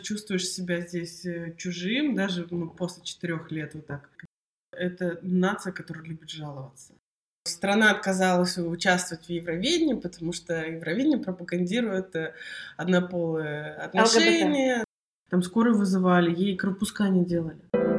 чувствуешь себя здесь чужим, даже после 4 лет вот так. Это нация, которая любит жаловаться. Страна отказалась участвовать в Евровидении, потому что Евровидение пропагандирует однополые отношения. ЛГБТ. Там скорую вызывали, ей кровопускание делали.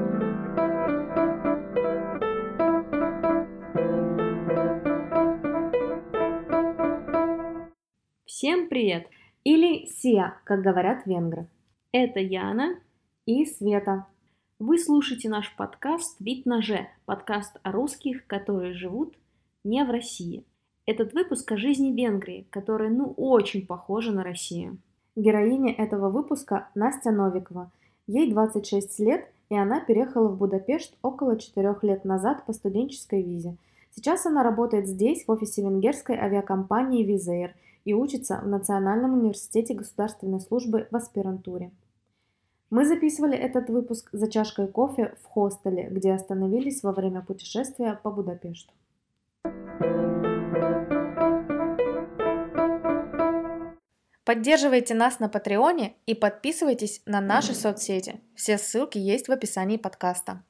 Всем привет! Или Сия, как говорят венгры. Это Яна и Света. Вы слушаете наш подкаст «Вид на Ж», подкаст о русских, которые живут не в России. Этот выпуск о жизни Венгрии, которая очень похожа на Россию. Героиня этого выпуска Настя Новикова. Ей 26 лет, и она переехала в Будапешт около 4 лет назад по студенческой визе. Сейчас она работает здесь, в офисе венгерской авиакомпании Wizz Air, и учится в Национальном университете государственной службы в аспирантуре. Мы записывали этот выпуск за чашкой кофе в хостеле, где остановились во время путешествия по Будапешту. Поддерживайте нас на Патреоне и подписывайтесь на наши соцсети. Все ссылки есть в описании подкаста.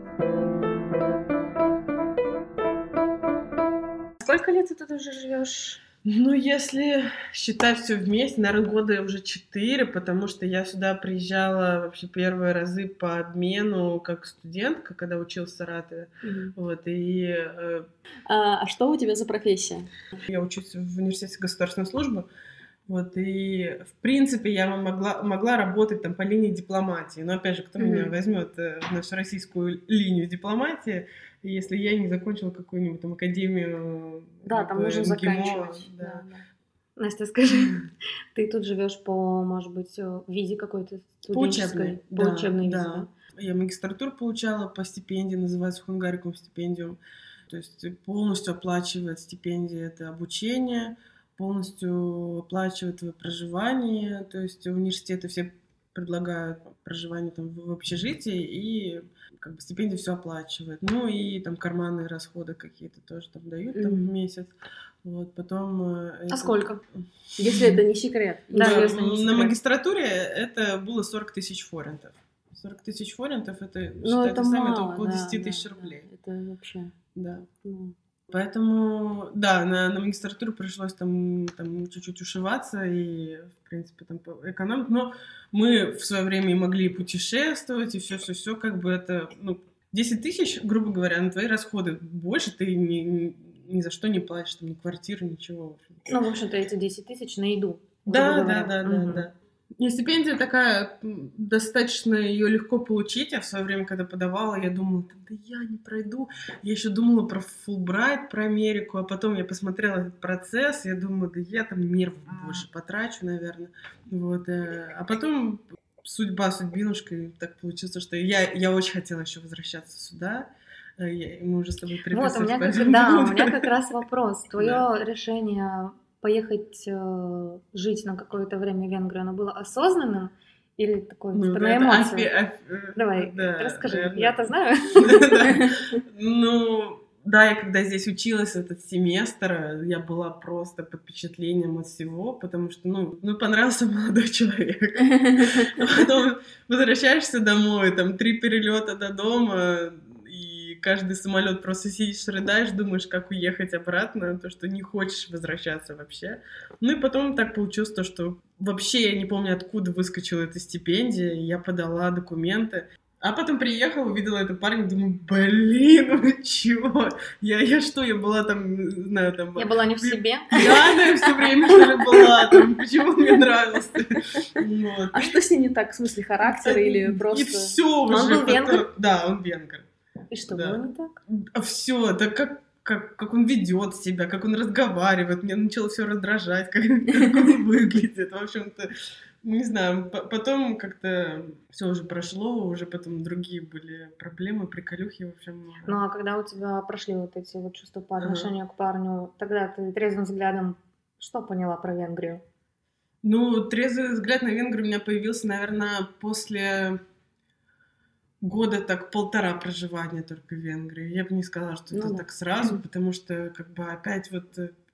Сколько лет ты тут уже живешь? Если считать все вместе, наверное, года уже 4, потому что я сюда приезжала вообще первые разы по обмену как студентка, когда училась в Саратове. А что у тебя за профессия? Я учусь в университете государственной службы. И в принципе я могла работать там по линии дипломатии. Но опять же, кто меня возьмет на всероссийскую линию дипломатии, если я не закончила какую-нибудь там академию? Да, там нужно МГИМО, заканчивать. Да. Настя, скажи, ты тут живешь по, может быть, визе какой-то студенческой? По учебной визе, да? Я магистратуру получала по стипендии, называется Хунгарикум стипендиум. То есть полностью оплачивает стипендия, это обучение, полностью оплачивает твое проживание. То есть университеты все предлагают проживание там в общежитии, и как бы стипендия все оплачивает. И там карманные расходы какие-то тоже там дают там в месяц. Потом... сколько? Если это не секрет. Если не секрет. На магистратуре это было 40 тысяч форинтов. 40 тысяч форинтов, это, считайте сами, это около 10 тысяч рублей. Это вообще... Да. Поэтому, да, на магистратуру пришлось там чуть-чуть ушиваться и, в принципе, там экономить. Но мы в свое время и могли путешествовать, и все, как бы это, 10 тысяч, грубо говоря, на твои расходы больше ты ни за что не платишь, там, ни квартиру, ничего. В общем-то, эти 10 тысяч на еду. Да. И стипендия такая, достаточно ее легко получить. Я в свое время, когда подавала, я думала, да я не пройду. Я еще думала про Фулбрайт, про Америку, а потом я посмотрела этот процесс, я думаю, да я там нервов больше потрачу, наверное. А потом судьбинушка, так получилось, что я очень хотела еще возвращаться сюда. Мы уже с тобой переписывались. У меня как раз вопрос. Твое решение поехать жить на какое-то время в Венгрию, оно было осознанным или такое на эмоциях? Давай, расскажи. Наверное. Я-то знаю. Я когда здесь училась этот семестр, я была просто под впечатлением от всего, потому что, понравился молодой человек. Потом возвращаешься домой, там 3 перелета до дома, каждый самолет просто сидишь, рыдаешь, думаешь, как уехать обратно, то, что не хочешь возвращаться вообще. И потом так получилось то, что вообще я не помню, откуда выскочила эта стипендия, я подала документы. А потом приехала, увидела этого парня, думаю, вы чего? Я что, я была там, не знаю, там... Я была не в себе? Пьяная все время, что ли, была, там, почему мне нравился? А что с ним не так, в смысле характера или просто... И все уже. Он был венгр? Да, он венгр. И что было не так? Все, это как он ведет себя, как он разговаривает. Мне начало все раздражать, как он выглядит. В общем-то, не знаю, потом как-то все уже прошло, уже потом другие были проблемы, приколюхи, в общем. А когда у тебя прошли вот эти вот чувства по отношению к парню, тогда ты трезвым взглядом что поняла про Венгрию? Трезвый взгляд на Венгрию у меня появился, наверное, после... года так 1,5 проживания только в Венгрии. Я бы не сказала, что это так сразу, потому что как бы опять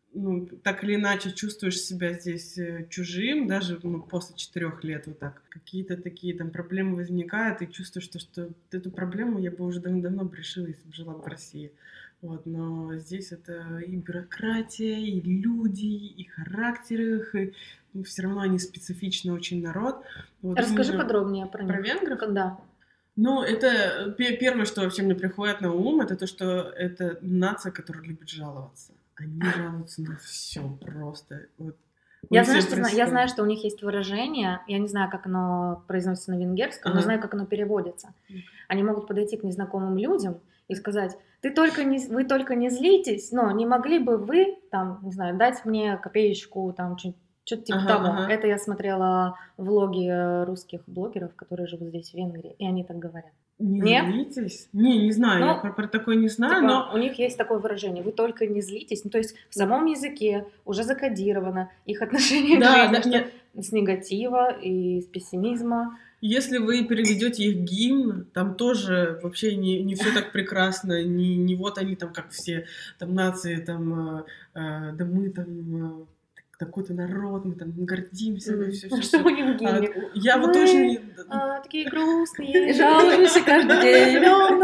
так или иначе чувствуешь себя здесь чужим, даже после 4 лет вот так. Какие-то такие там проблемы возникают, и чувствуешь, что эту проблему я бы уже давно бы решила, если бы жила в России. Вот, но здесь это и бюрократия, и люди, и характеры их, и все равно они специфичный очень народ. Вот, Расскажи подробнее про них. Про венгров? Когда? Это первое, что вообще мне приходит на ум, это то, что это нация, которая любит жаловаться. Они жалуются на все просто. Вот. Я знаю, что у них есть выражение, я не знаю, как оно произносится на венгерском, но знаю, как оно переводится. Они могут подойти к незнакомым людям и сказать: вы только не злитесь, но не могли бы вы, там, не знаю, дать мне копеечку, там, что-то типа того. Это я смотрела влоги русских блогеров, которые живут здесь, в Венгрии, и они так говорят. Не злитесь? Не знаю, я про такое не знаю, типа, но... У них есть такое выражение: вы только не злитесь. То есть в самом языке уже закодировано их отношение к жизни, с негатива и с пессимизма. Если вы переведете их гимн, там тоже вообще не все так прекрасно, не вот они там, как все там нации, там, да мы там... такой-то народ, мы там гордимся, все. Что у них в гимне? Я вот тоже... Такие грустные, жалуемся каждый день.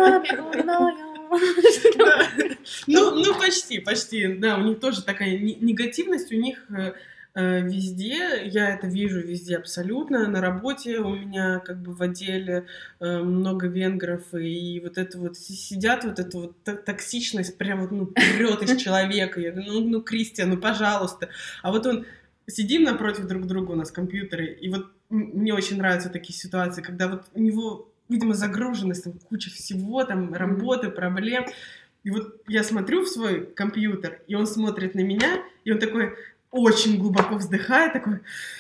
Почти, да, у них тоже такая негативность, у них везде, я это вижу везде абсолютно, на работе у меня как бы в отделе много венгров, и вот это вот сидят, вот эта вот токсичность прям вот, прёт из человека, я говорю, Кристиан, пожалуйста, а вот он, сидим напротив друг друга у нас компьютеры, и вот мне очень нравятся такие ситуации, когда вот у него, видимо, загруженность, там, куча всего, там, работы, проблем, и вот я смотрю в свой компьютер, и он смотрит на меня, и он такой... очень глубоко вздыхает, такой,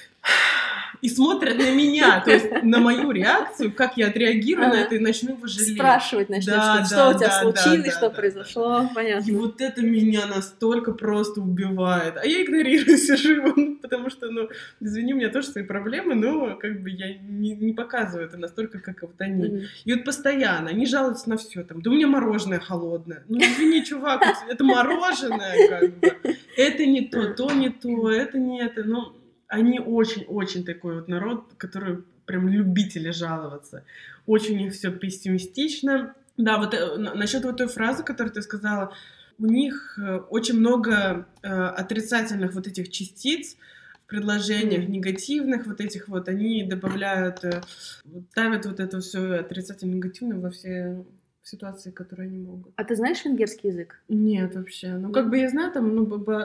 и смотрят на меня, то есть на мою реакцию, как я отреагирую на это, и начну его жалеть. Спрашивать начнешь, что у тебя случилось, что произошло, понятно. И вот это меня настолько просто убивает. А я игнорирую, сижу, потому что, извини, у меня тоже свои проблемы, но как бы я не показываю это настолько, как вот они. И вот постоянно, они жалуются на все там, да у меня мороженое холодное. Извини, чувак, это мороженое, как бы. Это не то не то, это не это, они очень-очень такой вот народ, который прям любители жаловаться. Очень у них все пессимистично. Да, вот насчет вот той фразы, которую ты сказала, у них очень много отрицательных вот этих частиц в предложениях, негативных вот этих вот, они добавляют, ставят вот это все отрицательно-негативное во все ситуации, которые они могут. А ты знаешь венгерский язык? Нет, вообще. Как бы я знаю там,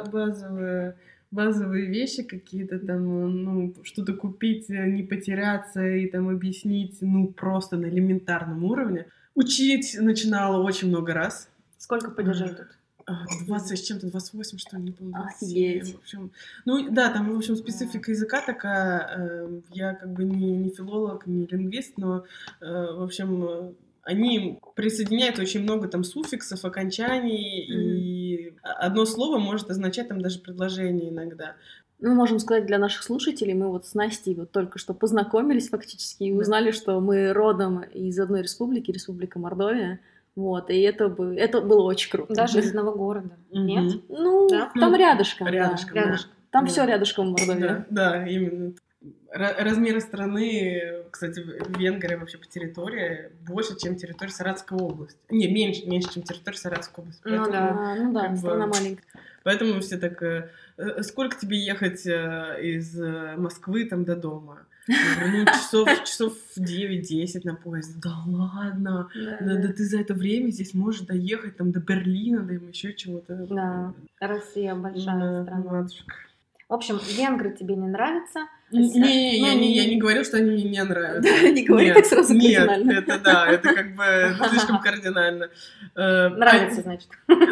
базовые вещи какие-то там, что-то купить, не потеряться и там объяснить, просто на элементарном уровне. Учить начинала очень много раз. Сколько поддержали тут? 20 с чем-то, 28, что ли, не помню. Офигеть. В общем, да, там, в общем, специфика языка такая. Я как бы не филолог, не лингвист, но, в общем, они присоединяют очень много там суффиксов, окончаний, и одно слово может означать там даже предложение иногда. Мы можем сказать для наших слушателей, мы вот с Настей вот только что познакомились фактически и узнали, что мы родом из одной республики, Республика Мордовия. Вот, и это было очень круто. Даже из одного города. Нет? Там рядышком. Рядышком, да. Там все рядышком в Мордовии. Да, именно. Размеры страны, кстати, Венгрия вообще по территории больше, чем территория Саратовской области. Не, меньше, чем территория Саратовской области. Поэтому, страна маленькая. Поэтому все так, сколько тебе ехать из Москвы там до дома? Я говорю, часов 9-10 на поезд. Да ладно, да ты за это время здесь можешь доехать там до Берлина, да еще чего-то. Да, Россия большая страна. Матушка. В общем, венгры тебе не нравятся? Я не говорю, что они мне не нравятся. Да, не говори так сразу кардинально. Нет, это как бы слишком кардинально. Нравится, значит.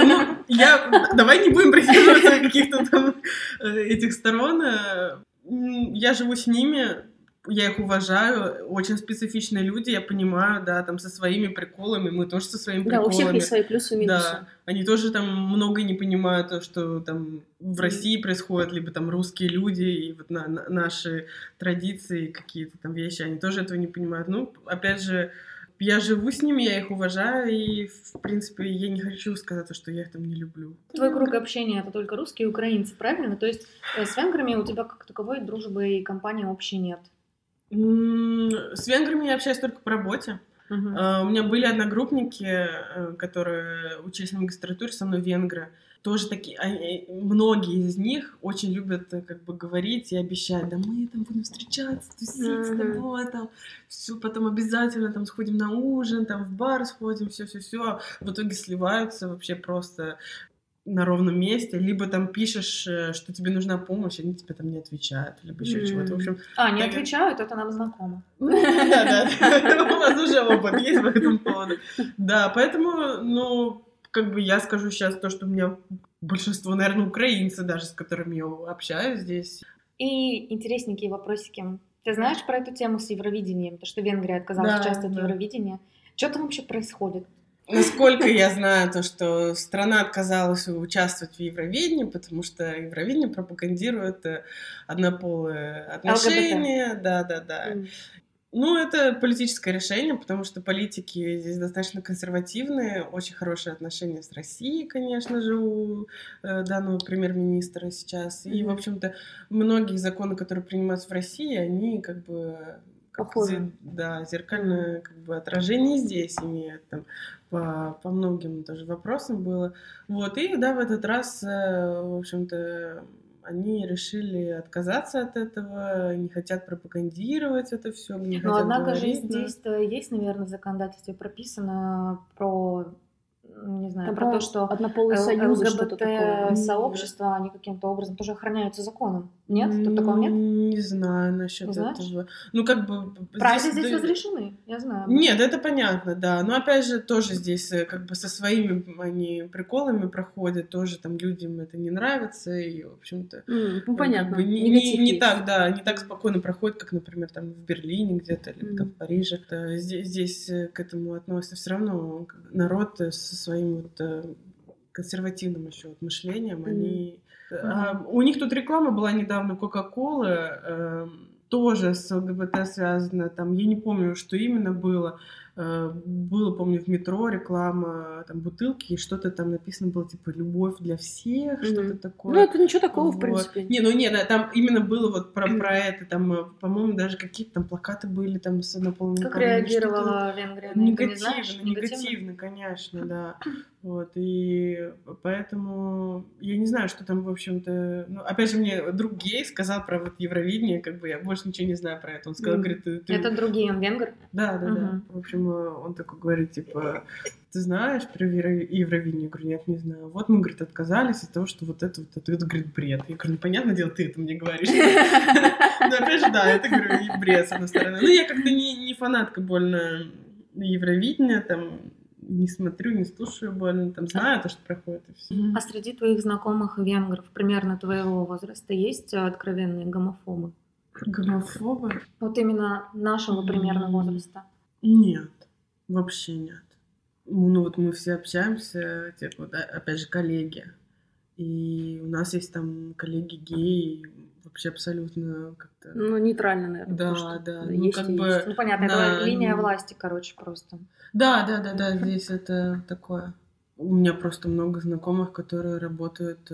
Давай не будем придерживаться каких-то там этих сторон. Я живу с ними, я их уважаю, очень специфичные люди, я понимаю, да, там со своими приколами, мы тоже со своими приколами. Да, у всех есть свои плюсы и минусы. Да, они тоже там много не понимают то, что там в России происходит, либо там русские люди, и вот наши традиции, какие-то там вещи, они тоже этого не понимают. Опять же, я живу с ними, я их уважаю, и, в принципе, я не хочу сказать, что я их там не люблю. Твой круг общения — это только русские и украинцы, правильно? То есть с венграми у тебя как таковой дружбы и компании общей нет? С венграми я общаюсь только по работе. У меня были одногруппники, которые учились на магистратуре, со мной венгры. Тоже такие, многие из них очень любят как бы говорить и обещать, да мы там будем встречаться, тусить с тобой, там, все, потом обязательно там сходим на ужин, там в бар сходим, все. В итоге сливаются вообще просто на ровном месте, либо там пишешь, что тебе нужна помощь, они тебе там не отвечают, либо еще чего-то. В общем, не отвечают, это нам знакомо. Да. У вас уже опыт есть по этому поводу. Да, поэтому, как бы я скажу сейчас то, что у меня большинство, наверное, украинцы даже, с которыми я общаюсь здесь. И интересненькие вопросики. Ты знаешь про эту тему с Евровидением? То, что Венгрия отказалась участвовать в Евровидении. Что там вообще происходит? Насколько я знаю, то, что страна отказалась участвовать в Евровидении, потому что Евровидение пропагандирует однополые отношения. Да. Это политическое решение, потому что политики здесь достаточно консервативные, очень хорошие отношения с Россией, конечно же, у данного премьер-министра сейчас. И, в общем-то, многие законы, которые принимаются в России, они как бы похожи. Зеркальное как бы отражение здесь имеют. Там, по многим тоже вопросам было. И в этот раз, в общем-то, они решили отказаться от этого, не хотят пропагандировать это все, не хотят однако говорить. Же здесь-то есть, наверное, в законодательстве прописано про, не знаю, про то, что однополые союзы, что-то такое. ЛГБТ-сообщества, они каким-то образом тоже охраняются законом. Нет? Тут такого нет? Не знаю насчет этого. Как бы... Прайды здесь разрешены, я знаю. Нет, это понятно, да. Но опять же, тоже здесь как бы со своими они приколами проходят, тоже там людям это не нравится, и, в общем-то... понятно. Как бы не так спокойно проходит, как, например, там в Берлине где-то, или там в Париже. Здесь к этому относится все равно народ со своим консервативным еще мышлением, они... У них тут реклама была недавно Кока-Колы, тоже с ЛГБТ связано, там, я не помню, что именно было. Было, помню, в метро реклама, там, бутылки, и что-то там написано было, типа, любовь для всех, что-то такое. Это ничего такого, в принципе. Нет, там именно было про это, там, по-моему, даже какие-то там плакаты были, там, с однополыми. Как реагировала Венгрия на это, не знаешь? Негативно, конечно, да. И поэтому я не знаю, что там, в общем-то... опять же, мне друг гей сказал про Евровидение, как бы я больше ничего не знаю про это. Он сказал, говорит, ты... Это друг гей, он венгр? Да. В общем, он такой говорит, типа, ты знаешь про Евровидение? Я говорю, нет, не знаю. Вот мы, говорит, отказались от того, что это, говорит, бред. Я говорю, понятное дело, ты это мне говоришь. Но опять же, да, это, говорю, бред, с одной стороны. Я как-то не фанатка больно Евровидения, там, не смотрю, не слушаю больно, там, знаю то, что проходит, и все. А среди твоих знакомых венгров, примерно твоего возраста, есть откровенные гомофобы? Гомофобы? Именно нашего примерно возраста. Нет, вообще нет. Мы все общаемся, опять же, коллеги. И у нас есть там коллеги геи, вообще абсолютно как-то... нейтрально, наверное. Да. Понятно, это линия власти, короче, просто. Да, здесь это такое. У меня просто много знакомых, которые работают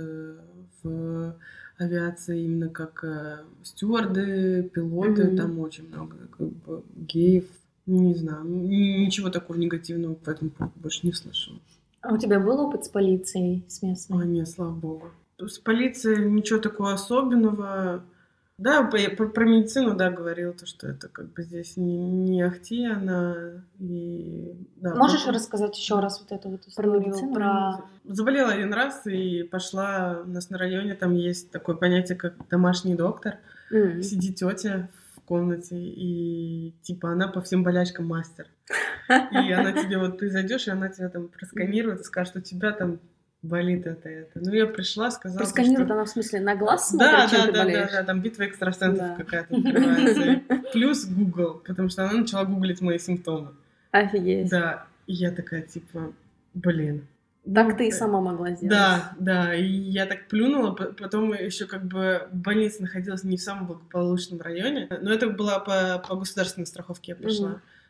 в авиации именно как стюарды, пилоты, там очень много как бы геев. Не знаю, ничего такого негативного по этому поводу больше не слышала. А у тебя был опыт с полицией, с местной? Нет, слава богу. С полицией ничего такого особенного. Да, про медицину, да, говорил, что это как бы здесь не ахти, она и... Да, можешь рассказать еще раз вот эту историю про... Заболела один раз и пошла, у нас на районе там есть такое понятие, как домашний доктор. Сидит тетя в комнате, и типа она по всем болячкам мастер. И она тебе, ты зайдешь, и она тебя там просканирует и скажет, что у тебя там болит это. Я пришла, сказала... Просканирует она в смысле на глаз смотрит, чем ты болеешь? Да, там битва экстрасенсов какая-то открывается. Плюс Google, потому что она начала гуглить мои симптомы. Офигеть. Да, и я такая, типа, блин. Так ты и сама могла сделать. Да, и я так плюнула, потом еще как бы больница находилась не в самом благополучном районе, но это была по государственной страховке я пошла.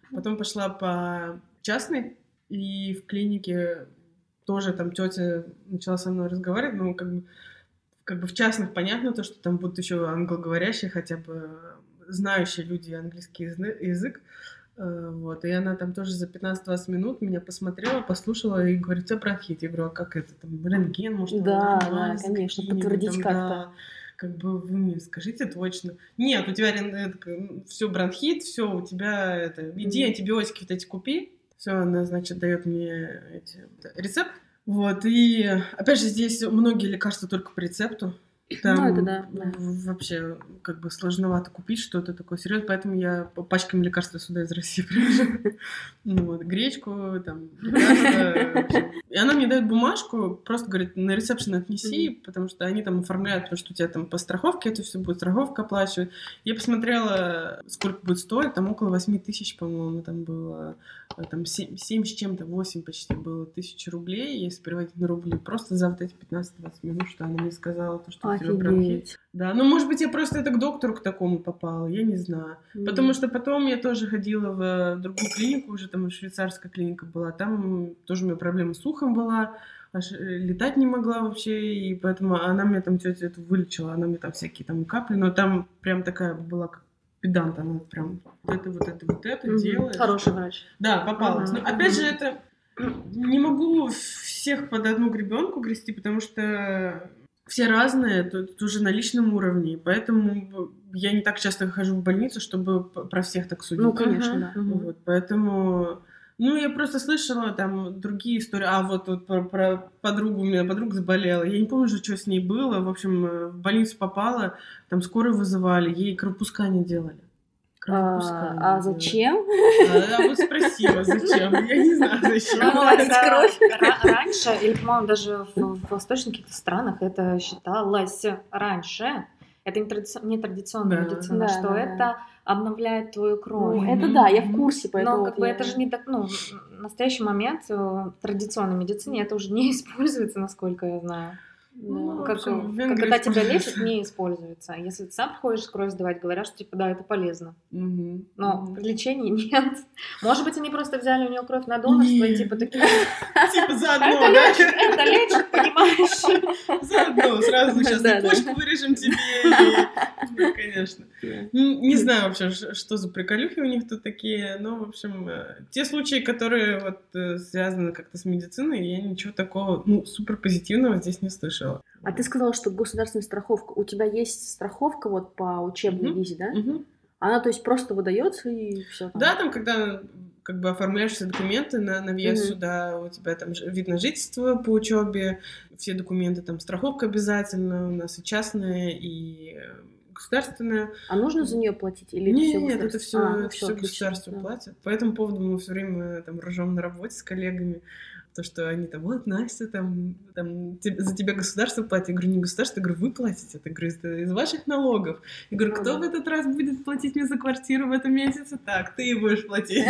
Потом пошла по частной, и в клинике тоже там тетя начала со мной разговаривать, но как бы в частных понятно то, что там будут еще англоговорящие, хотя бы знающие люди английский язык. Вот, и она там тоже за 15-20 минут меня посмотрела, послушала и говорит: у тебя бронхит. Я говорю: а как это? Там рентген, может, да, конечно, подтвердить как-то. Да. Как бы вы мне скажите точно. Нет, у тебя все бронхит, все, у тебя это. Иди антибиотики вот эти купи. Все, она, значит, дает мне рецепт. Вот, и опять же, здесь многие лекарства только по рецепту. Там это да. Вообще как бы сложновато купить что-то такое серьезное, поэтому я пачками лекарства сюда из России привожу. Вот, гречку, там, лекарства. И она мне дает бумажку, просто говорит: на ресепшн отнеси, потому что они там оформляют, потому что у тебя там по страховке это все будет, страховка оплачивает. Я посмотрела, сколько будет стоить, там около 8 тысяч, по-моему, там было, там 7 с чем-то, 8 почти было тысяч рублей, если переводить на рубли, просто за вот эти 15-20 минут, что она мне сказала, то, что у тебя бронхит. Да, ну, может быть, я просто это к доктору к такому попала, я не знаю. Потому что потом я тоже ходила в другую клинику, уже там швейцарская клиника была, там тоже у меня проблема с ухом была, аж летать не могла вообще, и поэтому она мне там, тетя эту вылечила, она мне там всякие там капли, но там прям такая была, как педант, она прям вот это делает. Хороший врач. Да, попалась. Но опять же, это не могу всех под одну гребенку грести, потому что все разные, тут уже на личном уровне, поэтому я не так часто хожу в больницу, чтобы про всех так судить. Ну, конечно, да. Вот, поэтому... Ну, я просто слышала там другие истории. Вот про подругу, у меня подруга заболела. Я не помню, что с ней было. В общем, в больницу попала, там скорую вызывали, ей кровопускание делали. А зачем? Вот спросила, зачем. Я не знаю, зачем. Раньше, или, по-моему, даже в восточных каких-то странах это считалось раньше. Это не традиционная медицина, что это обновляет твою кровь. Это да, я в курсе, поэтому... Но как бы это же не так... Ну, в настоящий момент в традиционной медицине это уже не используется, насколько я знаю. Когда тебя лечат, не используется. Если ты сам приходишь кровь сдавать, говорят, что типа да, это полезно. Но при лечении нет. Может быть, они просто взяли у него кровь на донорство и типа такие... Типа заодно, да? Это лечит, понимаешь? Заодно, сразу сейчас почку вырежем тебе. Конечно. Не знаю вообще, что за приколюхи у них тут такие, но, в общем, те случаи, которые вот связаны как-то с медициной, я ничего такого, супер позитивного здесь не слышала. А ты сказала, что государственная страховка. У тебя есть страховка вот по учебной визе, да? Она, то есть, просто выдается и все. Да, там, когда как бы оформляешь все документы на въезд сюда, у тебя там вид на жительство по учебе, все документы, там страховка обязательно, у нас и частная, и государственная. А нужно за нее платить или нет, это все государство платит. По этому поводу мы все время там ржем на работе с коллегами. То, что они там: вот, Настя, там за тебя государство платит. Я говорю: не государство, я говорю: вы платите. Я говорю: это из ваших налогов. Я говорю: кто в этот раз будет платить мне за квартиру в этом месяце? Так, ты будешь платить.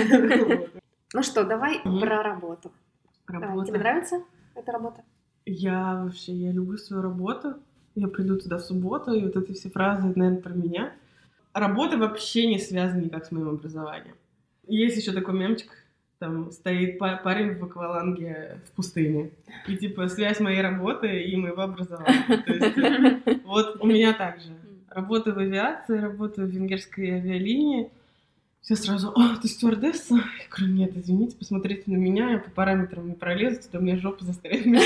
Ну что, давай про работу. Тебе нравится эта работа? Я люблю свою работу. Я приду туда в субботу, и вот эти все фразы, это, наверное, про меня. Работа вообще не связана никак с моим образованием. Есть еще такой мемчик. Там стоит парень в акваланге в пустыне. И типа связь моей работы и моего образования. То есть вот у меня так же. Работаю в авиации, работаю в венгерской авиалинии. Все сразу: ты стюардесса? Я говорю: нет, извините, посмотрите на меня, я по параметрам не пролезу, туда у меня жопа застряет в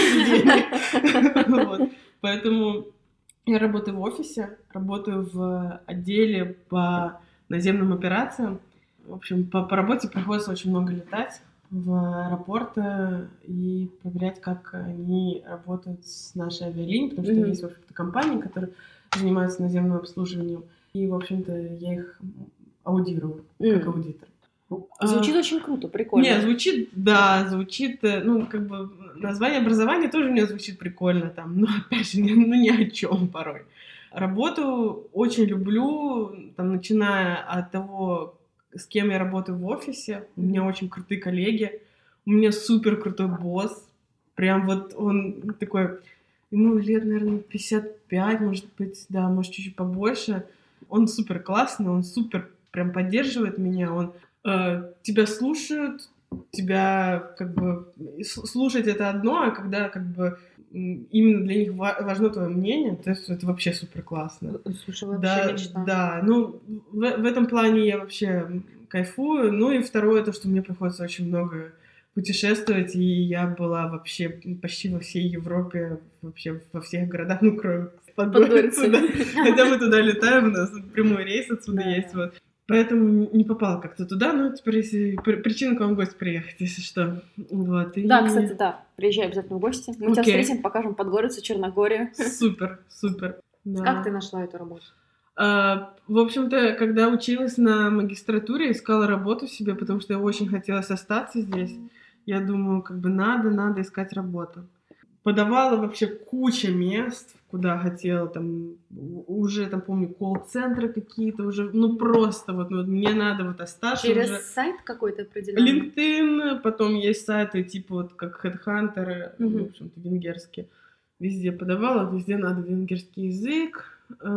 сиденье. Поэтому я работаю в офисе, работаю в отделе по наземным операциям. В общем, по работе приходится очень много летать в аэропорты и проверять, как они работают с нашей авиалинией, потому что есть, в общем-то, компании, которые занимаются наземным обслуживанием, и, в общем-то, я их аудирую, как аудитор. Звучит очень круто, прикольно. Нет, звучит, как бы название образования тоже у меня звучит прикольно там, но, опять же, ни о чем порой. Работу очень люблю, там, начиная от того, с кем я работаю в офисе. У меня очень крутые коллеги. У меня супер крутой босс. Прям вот он такой... Ему лет, наверное, 55, может быть, да, может, чуть-чуть побольше. Он супер классный, он супер прям поддерживает меня. Он тебя слушают, тебя как бы слушать это одно, а когда как бы именно для них важно твое мнение, то есть это вообще супер классно. Слушай, вообще мечта. Да, ну в этом плане я вообще кайфую. Ну и второе, то, что мне приходится очень много путешествовать, и я была вообще почти во всей Европе, вообще во всех городах, ну кроме Подгорицы, да. Хотя мы туда летаем, у нас прямой рейс отсюда есть, вот. Поэтому не попала как-то туда, но теперь если причина к вам в гости приехать, если что. Вот, и... Да, кстати, да, приезжай обязательно в гости. Мы тебя встретим, покажем Подгорицу, Черногорию. Супер, супер. Да. Как ты нашла эту работу? В общем-то, когда училась на магистратуре, искала работу себе, потому что я очень хотелось остаться здесь. Я думаю, как бы надо искать работу. Подавала вообще куча мест, куда хотела, там, уже, там, помню, колл-центры какие-то уже, ну, просто вот мне надо вот остаться. Через уже. Сайт какой-то определенный? LinkedIn, потом есть сайты, типа вот как Headhunter, в общем-то, венгерские. Везде подавала, везде надо венгерский язык,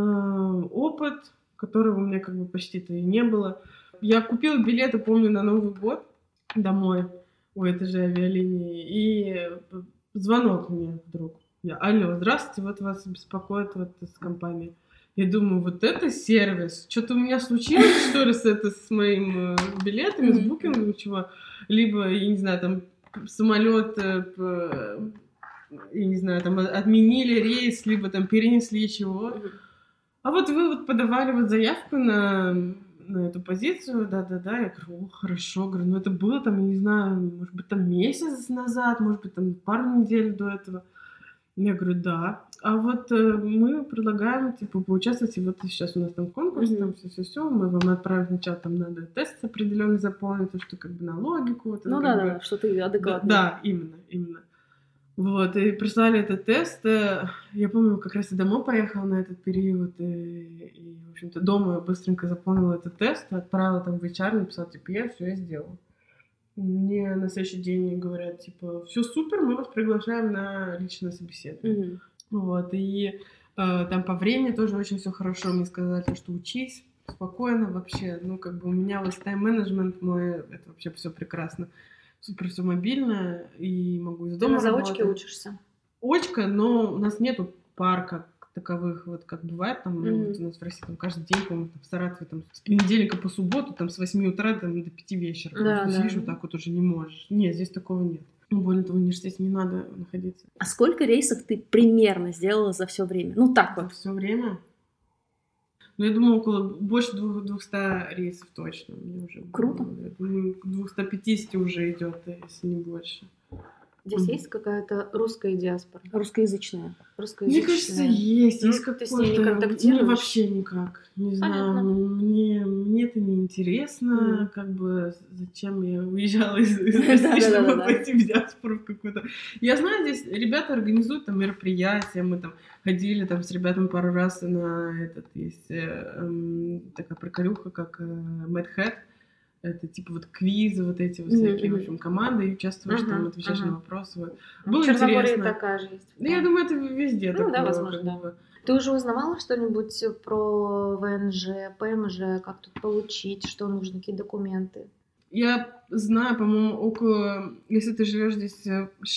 опыт, которого у меня как бы почти-то и не было. Я купила билеты, помню, на Новый год домой у этой же авиалинии, и звонок мне вдруг. Я: алло, здравствуйте, вот вас беспокоит вот с компанией. Я думаю, вот это сервис. Что-то у меня случилось, что ли, с моим билетами, с букингом, чего. Либо, я не знаю, там самолет, я не знаю, там отменили рейс, либо там перенесли чего. А вот вы вот подавали вот заявку на эту позицию, да-да-да, я говорю: о, хорошо, говорю, ну это было там, я не знаю, может быть, там месяц назад, может быть, там пару недель до этого. Я говорю: да. А вот мы предлагаем, типа, поучаствовать, и вот сейчас у нас там конкурс, там все, мы вам отправим сначала, там надо тест определенный заполнить, то, что как бы на логику. Вот, ну да, что ты адекватный. Да, именно. Вот, и прислали этот тест. Я помню, как раз и домой поехала на этот период, и в общем-то, дома быстренько заполнила этот тест, отправила там в HR, написала, типа, я сделала. Мне на следующий день говорят, типа, все супер, мы вас приглашаем на личное собеседование. Вот, и там по времени тоже очень все хорошо. Мне сказали, что учись спокойно вообще. Ну, как бы у меня вот тайм-менеджмент мой, это вообще все прекрасно. Супер все мобильно, и могу из дома работать. Ты на заочке учишься? Очка, но у нас нету пар как таковых, вот как бывает там, вот у нас в России там каждый день, по-моему, в Саратове там с понедельника по субботу, там с 8 утра там, до 5 вечера. Да, сидишь вот так вот уже не можешь. Нет, здесь такого нет. Более того, в университете не надо находиться. А сколько рейсов ты примерно сделала за все время? Ну так вот. За все время? Ну, я думаю, больше 200 рейсов точно. Мне уже круто. Я думаю, к 250 уже идет, если не больше. Здесь есть какая-то русская диаспора? Русскоязычная. Мне кажется, есть. Ну, есть ты какой-то... с ней не контактируешь? Мне вообще никак. Не знаю. Мне это не интересно. Как бы зачем я уезжала из России, чтобы пойти в диаспору в какую-то... Я знаю, здесь ребята организуют там мероприятия. Мы там ходили там с ребятами пару раз на этот... Есть такая приколюха, как Mad Hat. Это типа вот квизы, вот эти вот всякие, в общем, команды, и участвуешь там, отвечаешь на вопросы. Вот. Было в Черногории интересно. Такая же есть. Да, я думаю, это везде такое. Да, возможно, да. Ты уже узнавала что-нибудь про ВНЖ, ПМЖ, как тут получить, что нужно, какие документы? Я знаю, по-моему, около... Если ты живешь здесь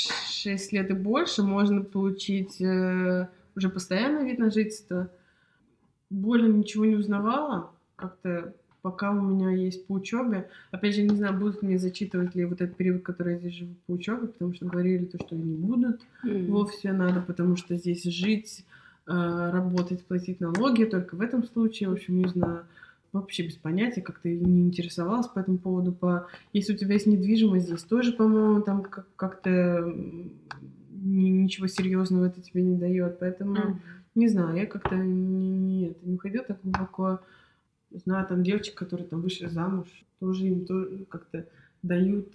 6 лет и больше, можно получить уже постоянный вид на жительство. Более ничего не узнавала. Как-то пока у меня есть по учебе. Опять же, не знаю, будут мне зачитывать ли вот этот период, который я здесь живу по учебе, потому что говорили то, что не будут вовсе надо, потому что здесь жить, работать, платить налоги только в этом случае. В общем, не знаю, вообще без понятия, как-то не интересовалась по этому поводу. Если у тебя есть недвижимость, здесь тоже, по-моему, там как-то ничего серьезного это тебе не дает. Поэтому, не знаю, я как-то не уходила так глубоко. Знаю, там девочек, которые там вышли замуж, тоже им как-то дают...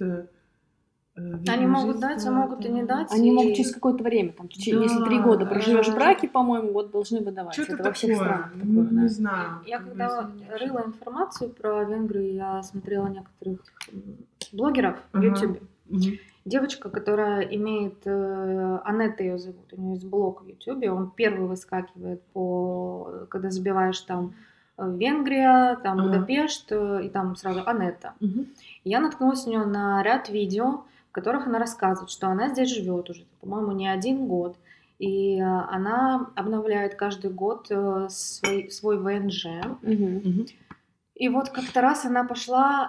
Они могут дать, а могут и не дать. Они могут через какое-то время, там, если 3 года проживешь в браке, по-моему, вот должны выдавать. Что-то это во всех странах такое, не знаю. Я когда рыла информацию про Венгрию, я смотрела некоторых блогеров в YouTube. Девочка, которая имеет, Анетта ее зовут, у нее есть блог в YouTube, он первый выскакивает когда забиваешь там Венгрия, там Будапешт, и там сразу Анетта. Я наткнулась у нее на ряд видео, в которых она рассказывает, что она здесь живет уже, по-моему, не 1 год. И она обновляет каждый год свой ВНЖ. И вот как-то раз она пошла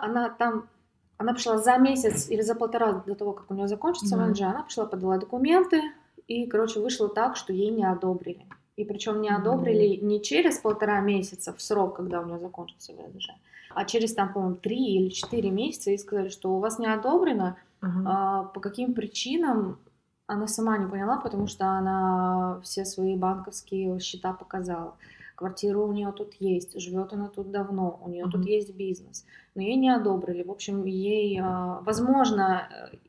за месяц или за 1,5 до того, как у нее закончится ВНЖ, она пошла, подала документы, и, короче, вышло так, что ей не одобрили. И причем не одобрили не через 1,5 месяца в срок, когда у нее закончился ВНЖ, а через, там, по-моему, 3 или 4 месяца, и сказали, что у вас не одобрено, по каким причинам, она сама не поняла, потому что она все свои банковские счета показала. Квартира у нее тут есть, живет она тут давно, у нее тут есть бизнес, но ей не одобрили. В общем, ей, возможно,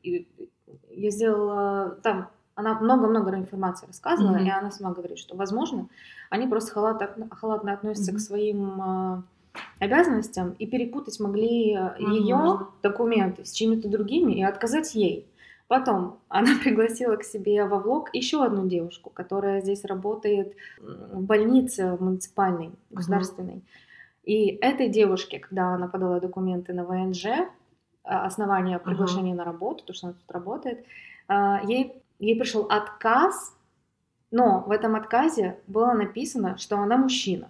я сделала там, она много-много информации рассказывала, и она сама говорит, что, возможно, они просто халатно относятся к своим обязанностям и перепутать могли ее документы с чьими-то другими и отказать ей. Потом она пригласила к себе во влог еще одну девушку, которая здесь работает в больнице муниципальной, государственной. И этой девушке, когда она подала документы на ВНЖ, основание приглашения на работу, то, что она тут работает, ей пришел отказ, но в этом отказе было написано, что она мужчина.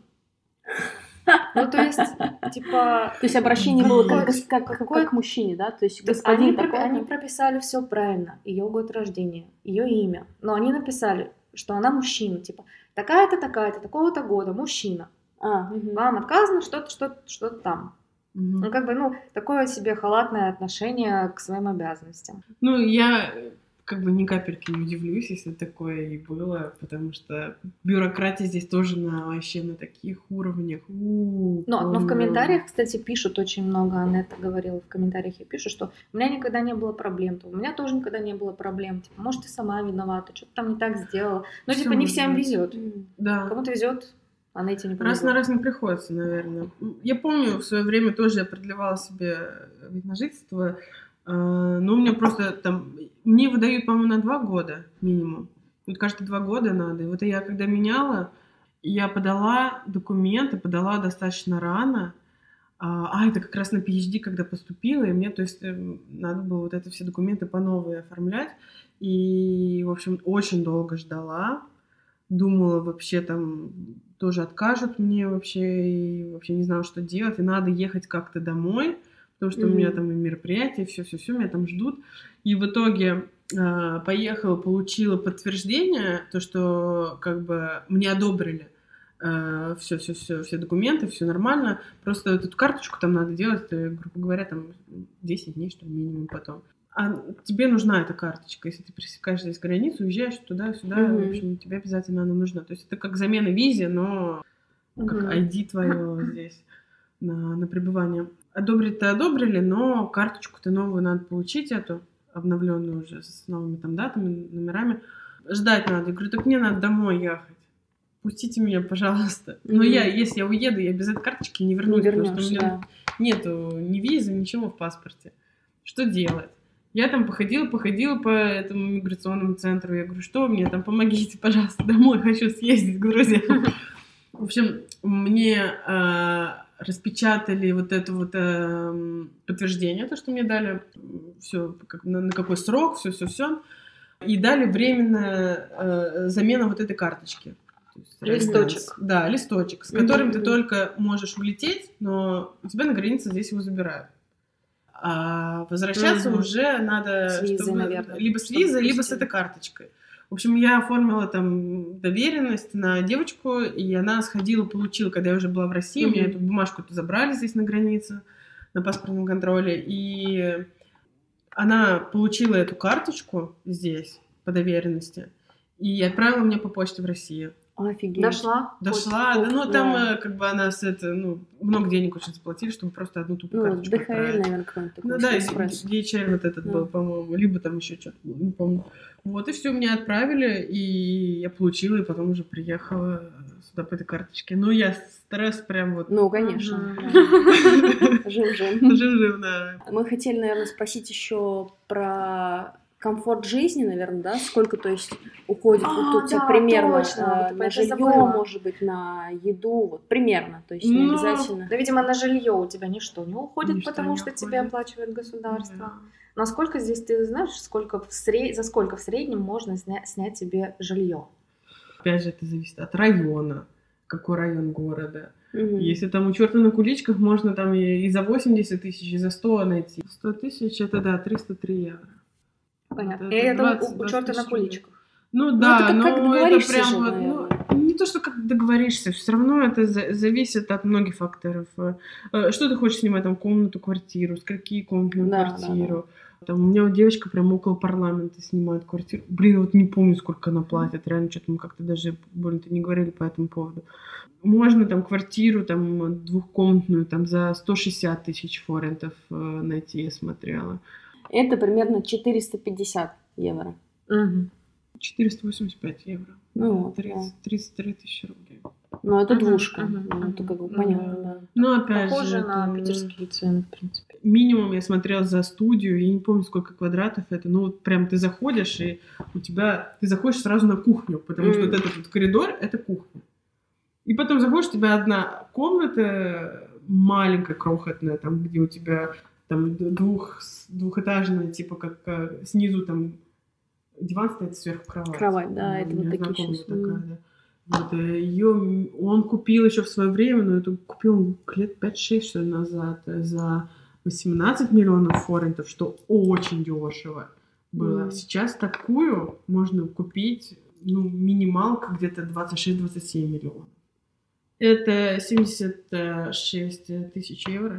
Ну, то есть, типа... То есть обращение было как к мужчине, да? То есть господин они прописали все правильно. Ее год рождения, ее имя. Но они написали, что она мужчина. Типа, такая-то, такая-то, такого-то года, мужчина. Вам отказано что-то там. Ну, как бы, такое себе халатное отношение к своим обязанностям. Ну, я... ни капельки не удивлюсь, если такое и было, потому что бюрократия здесь тоже вообще на таких уровнях. Но в комментариях, кстати, пишут очень много, Анетта говорила в комментариях, я пишу, что у меня никогда не было проблем, у меня тоже никогда не было проблем, типа, может, ты сама виновата, что-то там не так сделала. Но, типа, не всем везет. Да. Кому-то везет, а Анетте не повезет. Раз на раз не приходится, наверное. Я помню, в свое время тоже я продлевала себе вид на жительство. Ну, у меня просто там... Мне выдают, по-моему, на 2 года минимум. Вот каждые 2 года надо. И вот я когда меняла, я подала документы, подала достаточно рано. Это как раз на PhD, когда поступила, и мне, то есть, надо было вот это все документы по новой оформлять. И, в общем, очень долго ждала. Думала, вообще там тоже откажут мне вообще, и вообще не знала, что делать. И надо ехать как-то домой, потому что у меня там и мероприятия, все, меня там ждут. И в итоге поехала, получила подтверждение, то, что как бы мне одобрили все документы, все нормально. Просто эту карточку там надо делать, грубо говоря, там 10 дней, что ли, минимум потом. А тебе нужна эта карточка. Если ты пересекаешь здесь границу, уезжаешь туда-сюда, в общем, тебе обязательно она нужна. То есть это как замена визе, но как ID твое здесь на пребывание. Одобрить-то одобрили, но карточку-то новую надо получить, эту обновленную уже с новыми там датами, номерами. Ждать надо. Я говорю, так мне надо домой ехать. Пустите меня, пожалуйста. Но если я уеду, я без этой карточки не вернусь, потому что у меня нету ни визы, ничего в паспорте. Что делать? Я там походила по этому миграционному центру. Я говорю, что мне там, помогите, пожалуйста, домой, хочу съездить в Грузию. В общем, мне распечатали вот это вот подтверждение, то, что мне дали, все, на какой срок, все, и дали временную замену вот этой карточки. Листочек. Да, листочек, с которым ты только можешь улететь, но у тебя на границе здесь его забирают. А возвращаться уже надо с визой, наверное, либо с визой, либо с этой карточкой. В общем, я оформила там доверенность на девочку, и она сходила, получила, когда я уже была в России, у меня эту бумажку забрали здесь на границе, на паспортном контроле, и она получила эту карточку здесь по доверенности и отправила мне по почте в Россию. Офигеть. Дошла, да, там как бы она много денег очень заплатили, чтобы просто одну тупую карточку отправить. наверное, какой-то такой. Ну да, DHL вот этот был, по-моему, либо там еще что-то, не помню. Вот, и все, меня отправили, и я получила, и потом уже приехала сюда по этой карточке. Ну, я стресс прям вот... Ну, конечно. Жим-жим. Жим-жим, да. Мы хотели, наверное, спросить еще про комфорт жизни, наверное, да? Сколько, то есть, уходит вот тут примерно точно. на жилье, может быть, на еду, вот примерно, то есть не обязательно. Да, видимо, на жилье у тебя ничто не уходит, Ничто потому не что уходит. тебе оплачивает государство. Да. Насколько здесь, ты знаешь, за сколько в среднем можно снять себе жилье? Опять же, это зависит от района, какой район города. Мгм. Если там у черта на куличках, можно там и за 80 тысяч, и за 100 найти. 100 тысяч, это, да, 303 евро. Понятно. Вот И это 20 у черта на тысяч куличках. Ну Ну, да, это как но это договоришься прям же, вот, наверное. не то, что как договоришься, все равно это зависит от многих факторов. Что ты хочешь снимать, там, комнату, квартиру, скольки комнатную Да, квартиру. Там, у меня вот девочка прям около парламента снимает квартиру. Блин, вот не помню, сколько она платит. Реально, что-то мы как-то даже больно-то не говорили по этому поводу. Можно там квартиру, там, двухкомнатную, там, за 160 тысяч форинтов найти, я смотрела. Это примерно 450 евро. Мгм. 485 евро. Ну вот, 33 тысячи рублей. Но это Мгм, двушка, мгм, ну, это как бы мгм. понятно, да. Ну, опять Похоже же, на это питерские цены, в принципе. минимум я смотрела за студию, я не помню, сколько квадратов это, ну, вот прям ты заходишь, и у тебя, ты заходишь сразу на кухню, потому что вот этот вот коридор — это кухня. И потом заходишь, у тебя одна комната маленькая, крохотная, там, где у тебя там двухэтажная, типа как снизу там диван стоит, сверху кровать. Кровать, да, это У меня вот такие знакомая щас. такая, да. Вот, её он купил еще в свое время, но это купил он лет 5-6, что ли, назад, за 18 миллионов форинтов, что очень дешево было. Сейчас такую можно купить, ну, минималка где-то 26-27 миллионов. Это 76 тысяч евро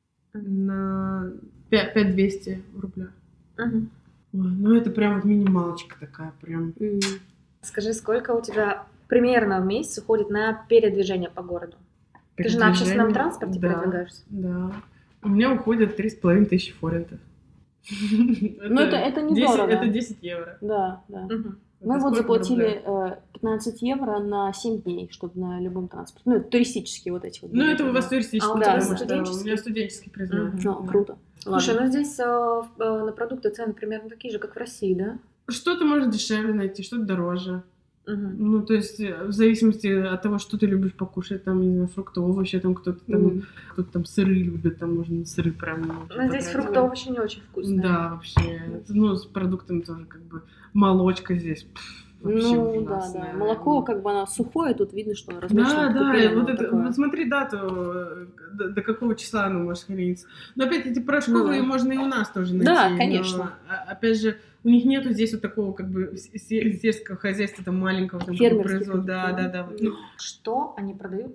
на 5200 рубля. Мгм. Ой, ну это прям вот минималочка такая, прям. Скажи, сколько у тебя примерно в месяц уходит на передвижение по городу? Ты же на общественном транспорте Да, передвигаешься? Да. У меня уходит 3,5 форинтов. Ну, это недорого. Это 10 евро. Да, да. Мгм. Мы Это вот сколько заплатили рублей? 15 евро на 7 дней, чтобы на любом транспорте. Ну, это туристические вот эти вот. Ну, это у билеты, вас да. туристический, А у тебя потому что студенческий? у меня студенческий признак. Мгм. Ну, круто. Слушай, Ладно. ну здесь на продукты цены примерно такие же, как в России, да? Что-то можно дешевле найти, что-то дороже. Мгм. Ну, то есть, в зависимости от того, что ты любишь покушать, там, не знаю, фрукты, овощи, там кто-то там сыры любит, там можно сыры прям. Но здесь фрукты, овощи не очень вкусные. Да, вообще. Ну, с продуктами тоже как бы молочка здесь. Вообще Ну, да, ужасная. да. Молоко, как бы, оно сухое, тут видно, что Да, размешано. да, и вот это, такое. вот смотри дату, до какого числа оно может храниться. Но опять эти порошковые Ну, можно и у нас тоже найти. Да, но, конечно. опять же, у них нету здесь вот такого как бы сельского хозяйства там маленького, там Фермерских производства. Да, каких-то, да, да. да. Что они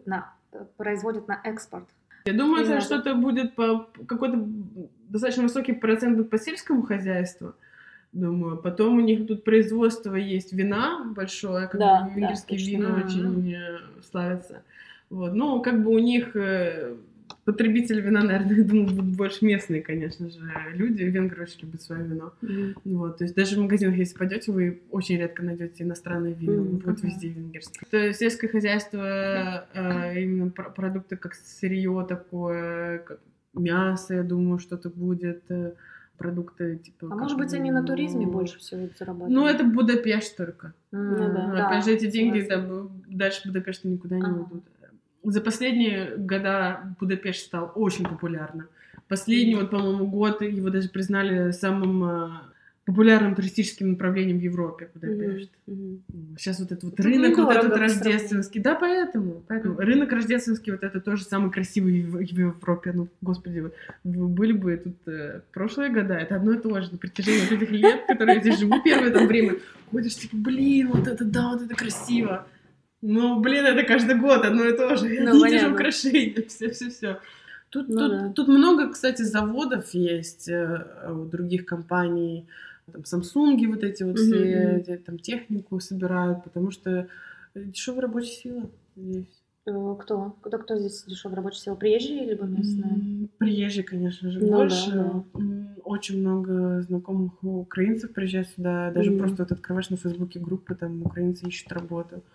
производят на экспорт? Я думаю, Не это надо. что-то будет какой-то достаточно высокий процент будет по сельскому хозяйству. Думаю, потом у них тут производство есть вина большое, как Да, бы венгерские точно. вина Мгм. очень славятся. Вот. Ну, как бы у них потребители вина, наверное, я думаю, будут больше местные, конечно же, люди. Венгры очень любят свое вино. Вот. То есть даже в магазинах, если пойдете, вы очень редко найдете иностранное вино. Мгм. Вот везде венгерское. Это сельское хозяйство, именно продукты как сырье такое, как мясо, я думаю, что-то будет. Продукты типа. А может быть, они на туризме больше всего зарабатывают? Ну, это Будапешт только. Ну да. Ну, опять же, эти деньги согласна. там, дальше Будапешта никуда не Ага. уйдут. За последние года Будапешт стал очень популярным. Последний, вот, по-моему, год его даже признали самым популярным туристическим направлением в Европе, Будапешт. Сейчас вот этот вот Тут рынок, вот недорого этот по рождественский. Да, поэтому. Рынок рождественский, вот это тоже самый красивый в Европе. Ну, господи, вы были бы тут прошлые года, это одно и то же. На протяжении вот этих лет, которые я здесь живу первое там время, ходишь, типа, блин, вот это, да, вот это красиво. Ну, блин, это каждый год одно и то же. Ну, Эти же понятно. украшения, все. Ну Тут много, кстати, заводов есть у других компаний. Там Samsung вот эти вот все, там технику собирают, потому что дешевая рабочая сила здесь. Кто здесь дешевая рабочая сила? Приезжие либо местные? Приезжие, конечно же, Ну больше. да. Очень много знакомых украинцев приезжают сюда. Даже Мгм. просто вот открываешь на Фейсбуке группы, там украинцы ищут работу.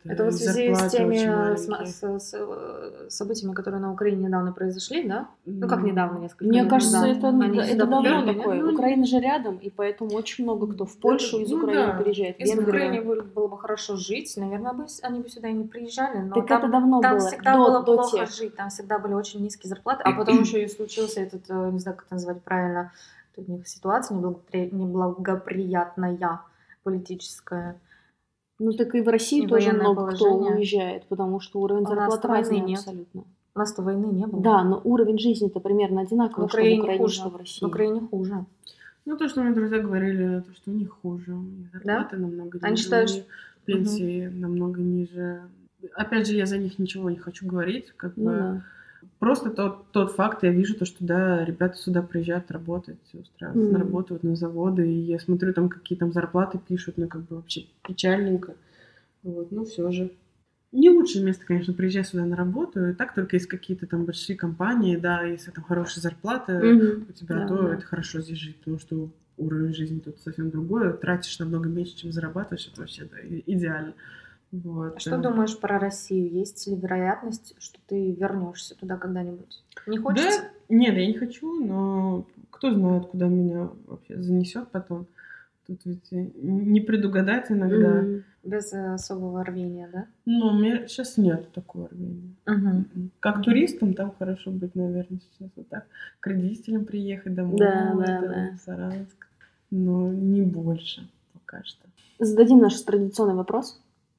Это вот в связи с теми событиями, которые на Украине недавно произошли, да? Ну, как недавно, несколько Мне лет кажется, назад. это давно поперли, такое. Украина же рядом, и поэтому очень много кто в Польшу из Украины переезжает. Если в Украине было бы хорошо жить, наверное, они бы сюда и не приезжали. Но так это давно там было. всегда было плохо жить, там всегда были очень низкие зарплаты, а потом еще и случился этот, не знаю, как это назвать правильно, тут у них ситуация неблагоприятная политическая. Ну так и в России тоже много кто уезжает, потому что уровень зарплаты разный абсолютно. У нас-то войны не было. Да, но уровень жизни-то примерно одинаковый, что в Украине, что в России. В Украине хуже. Ну, то, что мне друзья говорили, то, что у них хуже. У них зарплаты намного ниже. Они считают, что... Пенсии намного ниже. Опять же, я за них ничего не хочу говорить. Как бы... Просто тот факт, я вижу то, что, да, ребята сюда приезжают работать, устраиваются на работу, вот, на заводы, и я смотрю, там, какие там зарплаты пишут, ну, как бы вообще печальненько. Вот, ну, все же. Не лучшее место, конечно, приезжать сюда на работу, и так только есть какие-то там большие компании, да, если там хорошая зарплата у тебя, то это хорошо здесь жить, потому что уровень жизни тут совсем другой, тратишь намного меньше, чем зарабатываешь, это вообще, да, идеально. Вот. Что думаешь про Россию? Есть ли вероятность, что ты вернешься туда когда-нибудь? Не хочется? Да, нет, я не хочу, но кто знает, куда меня вообще занесет потом. Тут ведь не предугадать иногда. Без особого рвения, да? Ну, у меня сейчас нет такого рвения. Как туристам там хорошо быть, наверное, сейчас вот так. К родителям приехать домой, в Саранск. Но не больше пока что. Зададим наш традиционный вопрос.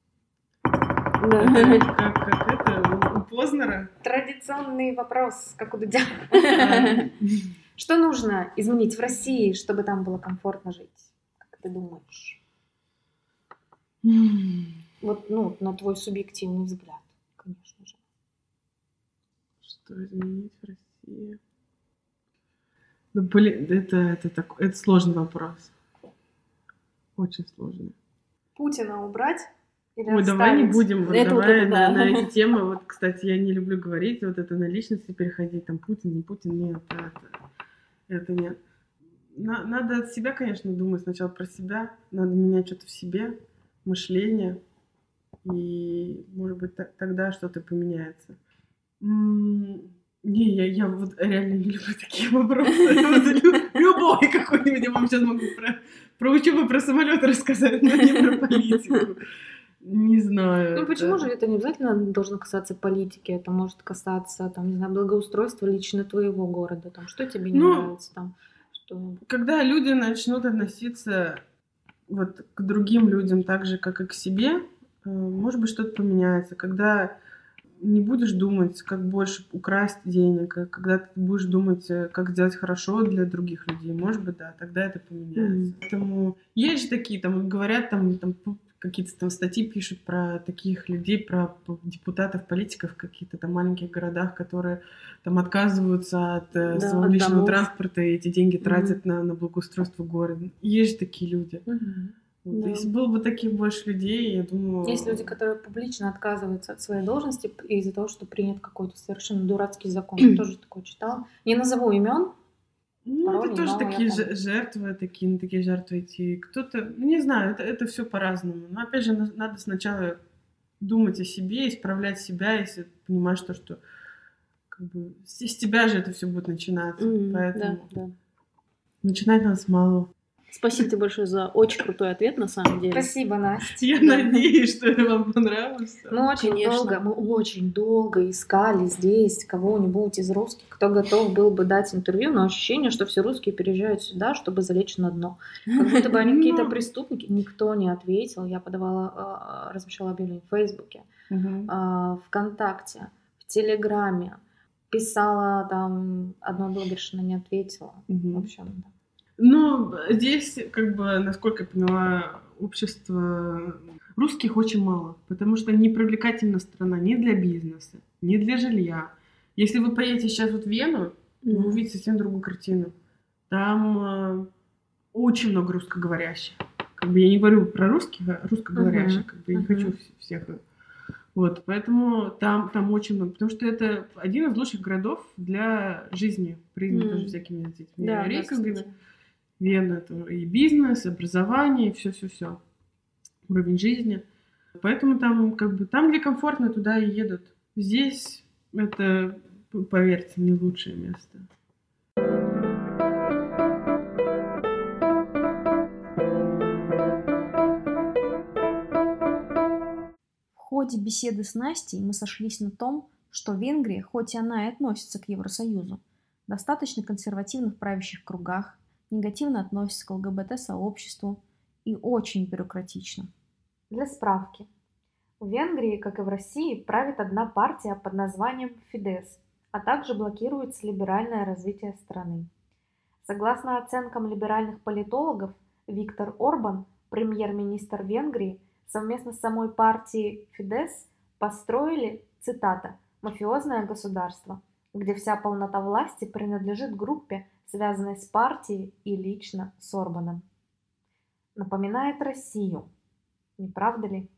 Как это? У Познера? Традиционный вопрос, как у Дудя. Что нужно изменить в России, чтобы там было комфортно жить? Как ты думаешь? Вот, ну, на твой субъективный взгляд, конечно же. Что изменить в России? Ну, блин, это сложный вопрос. Очень сложный. Путина убрать? Или ой, оставить? давай не будем давай на эти темы. темы. Вот, кстати, я не люблю говорить, вот это на личности переходить, там Путин, не Путин, нет, это нет. Надо от себя, конечно, думать сначала про себя, надо менять что-то в себе, мышление, и, может быть, тогда что-то поменяется. Не, я вот реально не люблю такие вопросы. Любой какой-нибудь, я вам сейчас могу про учебу, про самолеты рассказать, но не про политику. Не знаю. Ну почему же это не обязательно должно касаться политики? Это может касаться, там, не знаю, благоустройства лично твоего города. Там, что тебе не нравится? Там, что... Когда люди начнут относиться вот к другим людям так же, как и к себе, может быть, что-то поменяется. Когда не будешь думать, как больше украсть денег, когда ты будешь думать, как сделать хорошо для других людей, может быть, да, тогда это поменяется. Поэтому есть же такие, там, говорят, там какие-то там статьи пишут про таких людей, про депутатов, политиков в каких-то там маленьких городах, которые там отказываются от своего личного транспорта и эти деньги тратят на благоустройство города. Есть же такие люди. Вот. Да. Если было бы таких больше людей, я думаю... Есть люди, которые публично отказываются от своей должности из-за того, что принят какой-то совершенно дурацкий закон. Я тоже такое читала. Не назову имен. Ну, это тоже такие жертвы, такие жертвы идти. Кто-то, не знаю, это все по-разному. Но опять же, надо сначала думать о себе, исправлять себя, если понимаешь то, что как бы, с тебя же это все будет начинаться. Поэтому начинать надо с малого. Спасибо тебе большое за очень крутой ответ, на самом деле. Спасибо, Настя. Я надеюсь, что вам понравилось. Мы очень долго искали здесь кого-нибудь из русских, кто готов был бы дать интервью, но ощущение, что все русские переезжают сюда, чтобы залечь на дно. Как будто бы они какие-то преступники. Никто не ответил. Я размещала объявление в Фейсбуке, ВКонтакте, в Телеграме. Писала там, одна блогерша не ответила. В общем, да. Ну, здесь, как бы, насколько я поняла, общество русских очень мало, потому что не привлекательна страна ни для бизнеса, ни для жилья. Если вы поедете сейчас вот в Вену, вы увидите совсем другую картину. Там очень много русскоговорящих. Как бы я не говорю про русских, а русскоговорящих. Как бы я не хочу всех. Вот, поэтому там очень много, потому что это один из лучших городов для жизни, тоже всякими рейсами. Вена — это и бизнес, и образование, и все. Уровень жизни. Поэтому там, там, где комфортно, туда и едут. Здесь это, поверьте, не лучшее место. В ходе беседы с Настей мы сошлись на том, что Венгрия, хоть и она и относится к Евросоюзу, достаточно консервативна в правящих кругах, негативно относится к ЛГБТ-сообществу и очень бюрократична. Для справки. В Венгрии, как и в России, правит одна партия под названием Фидес, а также блокируется либеральное развитие страны. Согласно оценкам либеральных политологов, Виктор Орбан, премьер-министр Венгрии, совместно с самой партией Фидес построили, цитата, «мафиозное государство, где вся полнота власти принадлежит группе, связанной с партией и лично с Орбаном». Напоминает Россию, не правда ли?